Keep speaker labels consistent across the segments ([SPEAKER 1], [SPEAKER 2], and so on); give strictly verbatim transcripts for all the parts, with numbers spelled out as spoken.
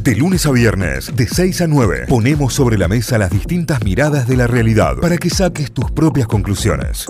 [SPEAKER 1] De lunes a viernes, de seis a nueve, ponemos sobre la mesa las distintas miradas de la realidad para que saques tus propias conclusiones.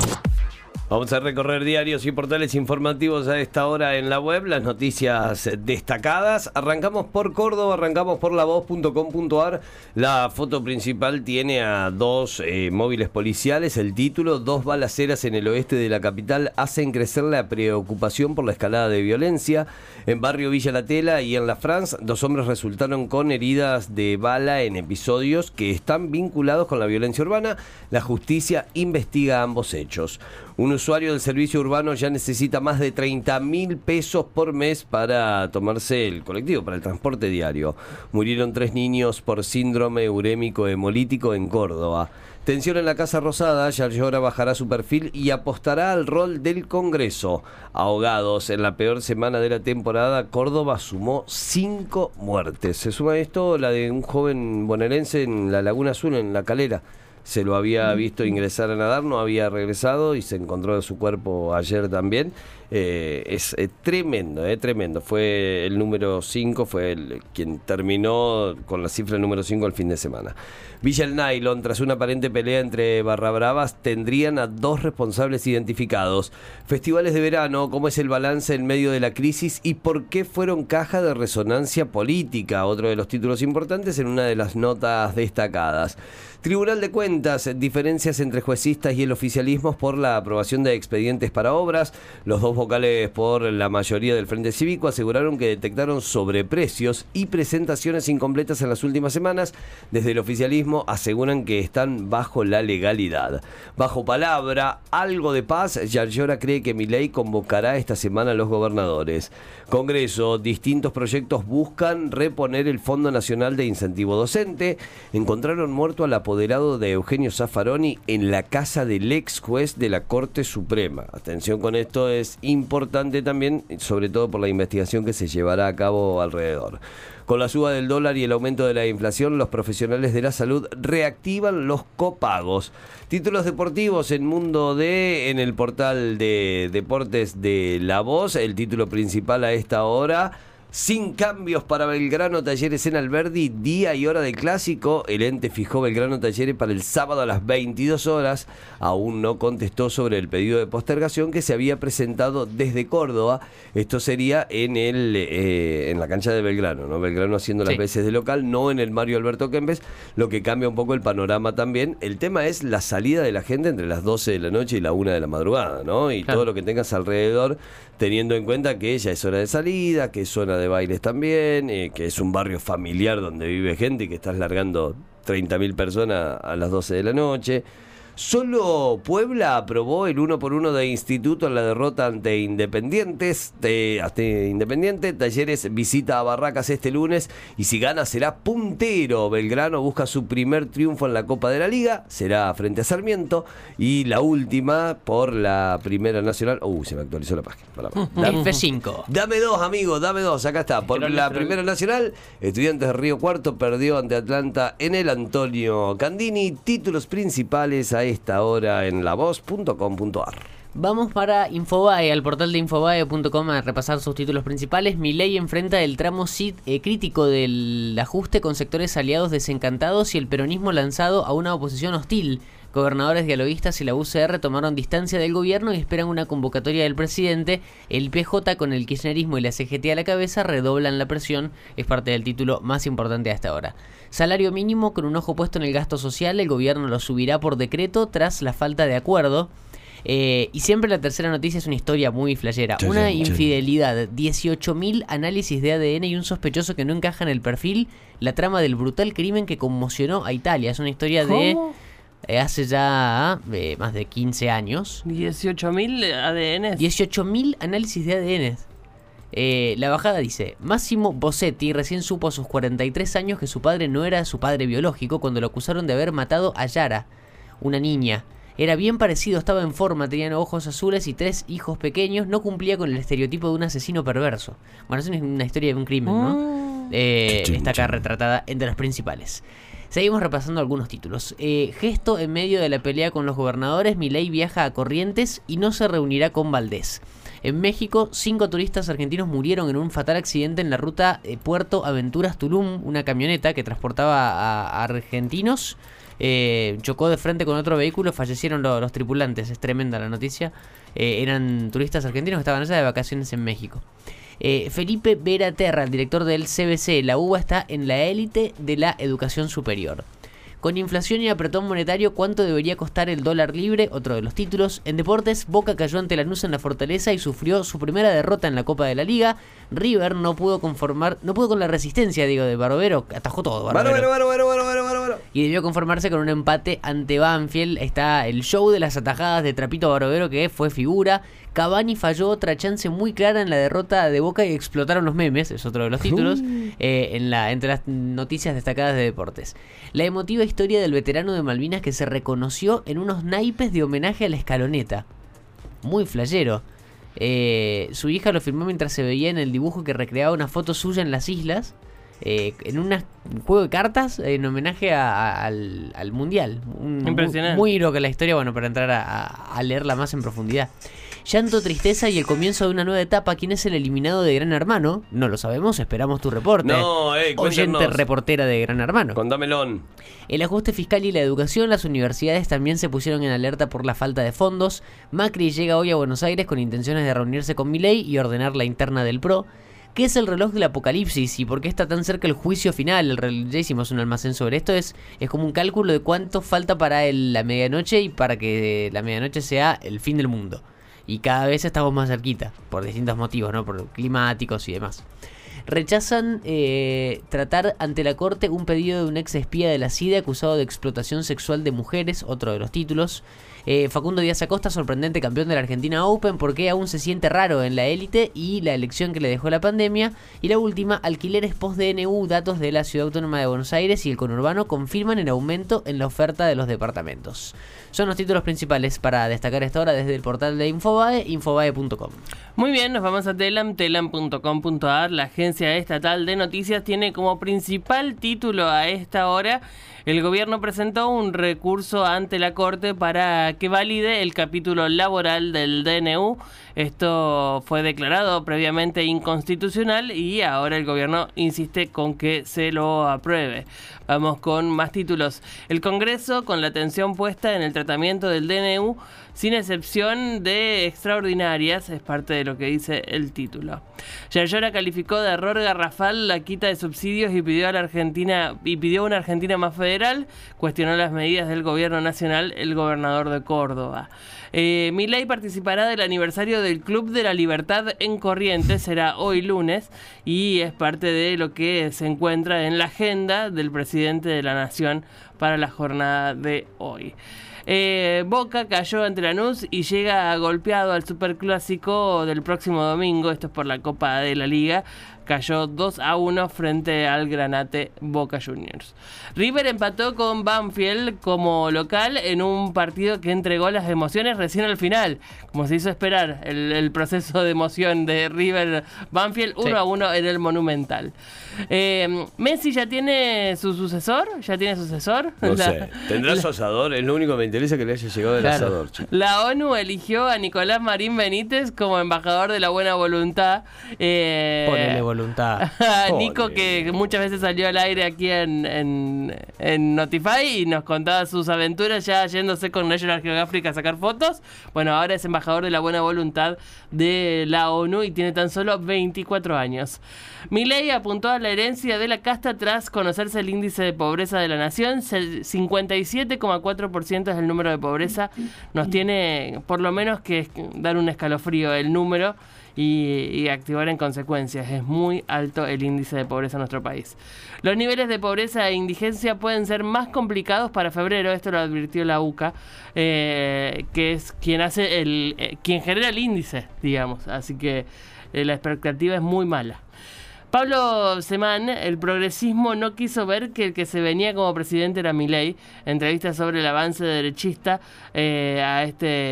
[SPEAKER 2] Vamos a recorrer diarios y portales informativos a esta hora en la web, las noticias destacadas. Arrancamos por Córdoba, arrancamos por la voz punto com punto ar. La foto principal tiene a dos eh, móviles policiales. El título: dos balaceras en el oeste de la capital hacen crecer la preocupación por la escalada de violencia. En barrio Villa La Tela y en La France, dos hombres resultaron con heridas de bala en episodios que están vinculados con la violencia urbana. La justicia investiga ambos hechos. Un usuario del servicio urbano ya necesita más de treinta mil pesos por mes para tomarse el colectivo, para el transporte diario. Murieron tres niños por síndrome urémico hemolítico en Córdoba. Tensión en la Casa Rosada, Yarlora bajará su perfil y apostará al rol del Congreso. Ahogados en la peor semana de la temporada, Córdoba sumó cinco muertes. Se suma a esto la de un joven bonaerense en la Laguna Azul, en La Calera. Se lo había visto ingresar a nadar, no había regresado y se encontró su cuerpo ayer también. Eh, es eh, tremendo, eh, tremendo. Fue el número cinco, fue el, quien terminó con la cifra número cinco el fin de semana. Villa El Nylon, tras una aparente pelea entre barra bravas, tendrían a dos responsables identificados. Festivales de verano, ¿cómo es el balance en medio de la crisis y por qué fueron caja de resonancia política? Otro de los títulos importantes en una de las notas destacadas. Tribunal de Cuentas, diferencias entre juecistas y el oficialismo por la aprobación de expedientes para obras. Los dos vocales por la mayoría del Frente Cívico aseguraron que detectaron sobreprecios y presentaciones incompletas en las últimas semanas. Desde el oficialismo aseguran que están bajo la legalidad. Bajo palabra, algo de paz. Yarlora cree que Milei convocará esta semana a los gobernadores. Congreso, distintos proyectos buscan reponer el Fondo Nacional de Incentivo Docente. Encontraron muerto al apoderado de Eugenio Zaffaroni en la casa del ex juez de la Corte Suprema. Atención con esto, es importante también, sobre todo por la investigación que se llevará a cabo alrededor. Con la suba del dólar y el aumento de la inflación, los profesionales de la salud reactivan los copagos. Títulos deportivos en Mundo D, en el portal de deportes de La Voz. El título principal a esta hora: sin cambios para Belgrano Talleres en Alberdi, día y hora del clásico. El ente fijó Belgrano Talleres para el sábado a las veintidós horas. Aún no contestó sobre el pedido de postergación que se había presentado desde Córdoba. Esto sería en el eh, en la cancha de Belgrano, ¿no? Belgrano haciendo las
[SPEAKER 3] Sí.
[SPEAKER 2] veces de local, no en el Mario Alberto Kempes, lo que cambia un poco el panorama también. El tema es la salida de la gente entre las doce de la noche y la una de la madrugada, ¿no? Y
[SPEAKER 3] Claro.
[SPEAKER 2] todo lo que tengas alrededor, teniendo en cuenta que ya es hora de salida, que es zona de bailes también, eh, que es un barrio familiar donde vive gente y que estás largando treinta mil personas a las doce de la noche. Solo Puebla aprobó el uno por uno de Instituto en la derrota ante Independientes, de, ante Independiente. Talleres visita a Barracas este lunes y si gana será puntero. Belgrano busca su primer triunfo en la Copa de la Liga, será frente a Sarmiento. Y la última por la Primera Nacional. Uh, se me actualizó la página. Para, para. Dame,
[SPEAKER 3] F cinco.
[SPEAKER 2] dame dos, amigo, dame dos. Acá está. Por
[SPEAKER 3] Pero
[SPEAKER 2] la
[SPEAKER 3] pero-
[SPEAKER 2] Primera Nacional, Estudiantes de Río Cuarto perdió ante Atlanta en el Antonio Candini. Títulos principales a esta hora en la voz punto com punto ar.
[SPEAKER 3] Vamos para Infobae, al portal de infobae punto com, a repasar sus títulos principales. Milei enfrenta el tramo C I D eh, crítico del ajuste con sectores aliados desencantados y el peronismo lanzado a una oposición hostil. Gobernadores dialoguistas y la U C R tomaron distancia del gobierno y esperan una convocatoria del presidente. El P J, con el kirchnerismo y la C G T a la cabeza, redoblan la presión. Es parte del título más importante hasta ahora. Salario mínimo con un ojo puesto en el gasto social. El gobierno lo subirá por decreto tras la falta de acuerdo. Eh, y siempre la tercera noticia es una historia muy flashera.
[SPEAKER 2] Chayán,
[SPEAKER 3] Una
[SPEAKER 2] chayán.
[SPEAKER 3] infidelidad, dieciocho mil análisis de A D N y un sospechoso que no encaja en el perfil. La trama del brutal crimen que conmocionó a Italia. Es una historia de
[SPEAKER 4] ¿Cómo?
[SPEAKER 3] eh, hace ya eh, más de quince años.
[SPEAKER 4] dieciocho mil A D N.
[SPEAKER 3] dieciocho mil análisis de A D N. Eh, la bajada dice: Massimo Bossetti recién supo a sus cuarenta y tres años que su padre no era su padre biológico cuando lo acusaron de haber matado a Yara, una niña. Era bien parecido, estaba en forma, tenía ojos azules y tres hijos pequeños, no cumplía con el estereotipo de un asesino perverso. Bueno, es una historia de un crimen, ¿no?
[SPEAKER 4] Mm.
[SPEAKER 3] Eh,
[SPEAKER 2] Chin,
[SPEAKER 3] está acá
[SPEAKER 2] chin.
[SPEAKER 3] retratada entre los principales. Seguimos repasando algunos títulos. Eh, gesto en medio de la pelea con los gobernadores, Milei viaja a Corrientes y no se reunirá con Valdés. En México, cinco turistas argentinos murieron en un fatal accidente en la ruta eh, Puerto Aventuras-Tulum. Una camioneta que transportaba a, a argentinos eh, chocó de frente con otro vehículo, fallecieron lo, los tripulantes. Es tremenda la noticia. Eh, eran turistas argentinos que estaban allá de vacaciones en México. Eh, Felipe Vera Terra, el director del C B C, la U B A está en la élite de la educación superior. Con inflación y apretón monetario, ¿cuánto debería costar el dólar libre? Otro de los títulos. En deportes, Boca cayó ante Lanús en la Fortaleza y sufrió su primera derrota en la Copa de la Liga. River no pudo conformar, no pudo con la resistencia, digo, de Barovero, atajó todo Barovero.
[SPEAKER 2] Barovero, Barovero, Barovero, Barovero.
[SPEAKER 3] Y debió conformarse con un empate ante Banfield. Está el show de las atajadas de Trapito Barovero, que fue figura. Cavani falló otra chance muy clara en la derrota de Boca y explotaron los memes, es otro de los títulos, eh, en la, entre las noticias destacadas de deportes. La emotiva historia del veterano de Malvinas que se reconoció en unos naipes de homenaje a la escaloneta. Muy flashero. Eh, su hija lo filmó mientras se veía en el dibujo que recreaba una foto suya en las islas, eh, en un juego de cartas en homenaje a, a, al, al Mundial. Un,
[SPEAKER 4] Impresionante.
[SPEAKER 3] Muy, muy loca la historia, bueno, para entrar a, a, a leerla más en profundidad. Llanto, tristeza y el comienzo de una nueva etapa. ¿Quién es el eliminado de Gran Hermano? No lo sabemos, esperamos tu reporte.
[SPEAKER 2] No, ey,
[SPEAKER 3] Oyente
[SPEAKER 2] cuéntanos.
[SPEAKER 3] reportera de Gran Hermano.
[SPEAKER 2] Contámelón.
[SPEAKER 3] El ajuste fiscal y la educación, las universidades también se pusieron en alerta por la falta de fondos. Macri llega hoy a Buenos Aires con intenciones de reunirse con Milei y ordenar la interna del P R O. ¿Qué es el reloj del apocalipsis y por qué está tan cerca el juicio final? El reloj, ya hicimos un almacén sobre esto. Es, es como un cálculo de cuánto falta para el, la medianoche y para que la medianoche sea el fin del mundo. Y cada vez estamos más cerquita, por distintos motivos, ¿no? Por climáticos y demás. Rechazan eh, tratar ante la corte un pedido de un ex espía de la C I D E acusado de explotación sexual de mujeres, otro de los títulos. Eh, Facundo Díaz Acosta, sorprendente campeón de la Argentina Open, porque aún se siente raro en la élite y la elección que le dejó la pandemia. Y la última, alquileres post-D N U, datos de la Ciudad Autónoma de Buenos Aires y el conurbano confirman el aumento en la oferta de los departamentos. Son los títulos principales para destacar esta hora desde el portal de Infobae, infobae punto com.
[SPEAKER 4] Muy bien, nos vamos a Telam, telam punto com punto a r. La agencia estatal de noticias tiene como principal título a esta hora: el gobierno presentó un recurso ante la Corte para que valide el capítulo laboral del D N U. Esto fue declarado previamente inconstitucional y ahora el gobierno insiste con que se lo apruebe. Vamos con más títulos. El Congreso, con la atención puesta en el tratamiento del D N U, sin excepción de extraordinarias, es parte de lo que dice el título. Yayora calificó de error garrafal la quita de subsidios y pidió a la Argentina y pidió una Argentina más federal. Cuestionó las medidas del gobierno nacional el gobernador de Córdoba. Eh, Milei participará del aniversario del Club de la Libertad en Corrientes, será hoy lunes y es parte de lo que se encuentra en la agenda del presidente de la Nación para la jornada de hoy. Eh, Boca cayó ante Lanús y llega golpeado al superclásico del próximo domingo. Esto es por la Copa de la Liga. Cayó dos a uno frente al Granate Boca Juniors. River empató con Banfield como local en un partido que entregó las emociones recién al final, como se hizo esperar el, el proceso de emoción de River Banfield, uno a uno en el Monumental. Eh, Messi ya tiene su sucesor, ya tiene sucesor.
[SPEAKER 2] No
[SPEAKER 4] la,
[SPEAKER 2] sé. ¿Tendrá
[SPEAKER 4] la,
[SPEAKER 2] su asador? Es lo único que me interesa, que le haya llegado el
[SPEAKER 3] Claro.
[SPEAKER 2] asador, chico.
[SPEAKER 4] La ONU eligió a Nicolás Marín Benítez como embajador de la buena voluntad. Eh,
[SPEAKER 3] Ponele voluntad.
[SPEAKER 4] a Nico,
[SPEAKER 2] Ole.
[SPEAKER 4] que muchas veces salió al aire aquí en, en, en Notify y nos contaba sus aventuras ya yéndose con National Geographic a sacar fotos. Bueno, ahora es embajador de la buena voluntad de la ONU y tiene tan solo veinticuatro años. Milei apuntó a la herencia de la casta tras conocerse el índice de pobreza de la nación. cincuenta y siete coma cuatro por ciento es el número de pobreza. Nos tiene por lo menos que dar un escalofrío el número y, y activar en consecuencias. Es muy alto el índice de pobreza en nuestro país. Los niveles de pobreza e indigencia pueden ser más complicados para febrero. Esto lo advirtió la U C A, eh, que es quien hace el, eh, quien genera el índice, digamos. Así que eh, la expectativa es muy mala. Pablo Semán, el progresismo no quiso ver que el que se venía como presidente era Milei. Entrevista sobre el avance derechista eh, a este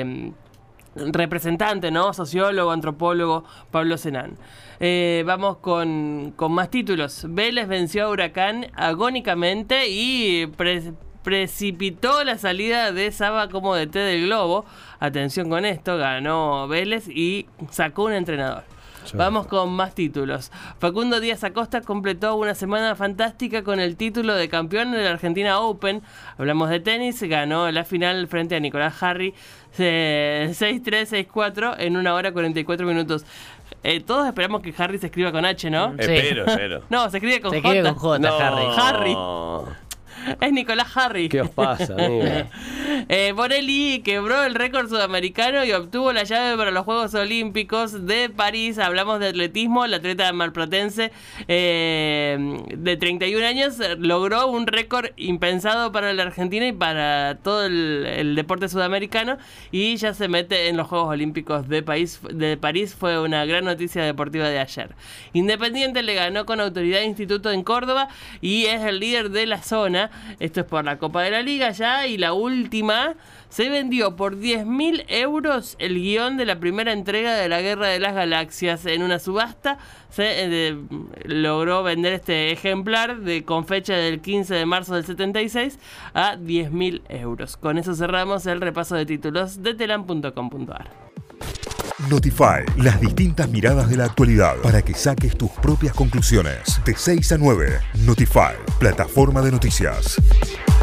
[SPEAKER 4] mm, representante, ¿no? Sociólogo, antropólogo, Pablo Semán. Eh, vamos con, con más títulos. Vélez venció a Huracán agónicamente y pre precipitó la salida de Saba como D T del Globo. Atención con esto, ganó Vélez y sacó un entrenador. Vamos con más títulos. Facundo Díaz Acosta completó una semana fantástica con el título de campeón de la Argentina Open. Hablamos de tenis, ganó la final frente a Nicolás Jarry eh, seis tres, seis cuatro en una hora cuarenta y cuatro minutos. Eh, todos esperamos que Harry se escriba con H, ¿no?
[SPEAKER 3] Sí.
[SPEAKER 2] Espero, espero.
[SPEAKER 4] No, se escribe con
[SPEAKER 3] Se
[SPEAKER 4] J.
[SPEAKER 3] escribe con J,
[SPEAKER 2] No.
[SPEAKER 3] Harry.
[SPEAKER 4] Harry. Es Nicolás Harry.
[SPEAKER 2] ¿Qué os pasa, amigo?
[SPEAKER 4] eh, Borelli quebró el récord sudamericano y obtuvo la llave para los Juegos Olímpicos de París. Hablamos de atletismo. El atleta marplatense eh, de treinta y un años logró un récord impensado para la Argentina y para todo el, el deporte sudamericano, y ya se mete en los Juegos Olímpicos de, París, de París. Fue una gran noticia deportiva de ayer. Independiente le ganó con autoridad Instituto en Córdoba y es el líder de la zona. Esto es por la Copa de la Liga ya. Y la última, se vendió por diez mil euros el guión de la primera entrega de la Guerra de las Galaxias. En una subasta se eh, logró vender este ejemplar de, con fecha del quince de marzo del setenta y seis a diez mil euros. Con eso cerramos el repaso de títulos de telam punto com punto ar.
[SPEAKER 1] Notify, las distintas miradas de la actualidad para que saques tus propias conclusiones. De seis a nueve, Notify, plataforma de noticias.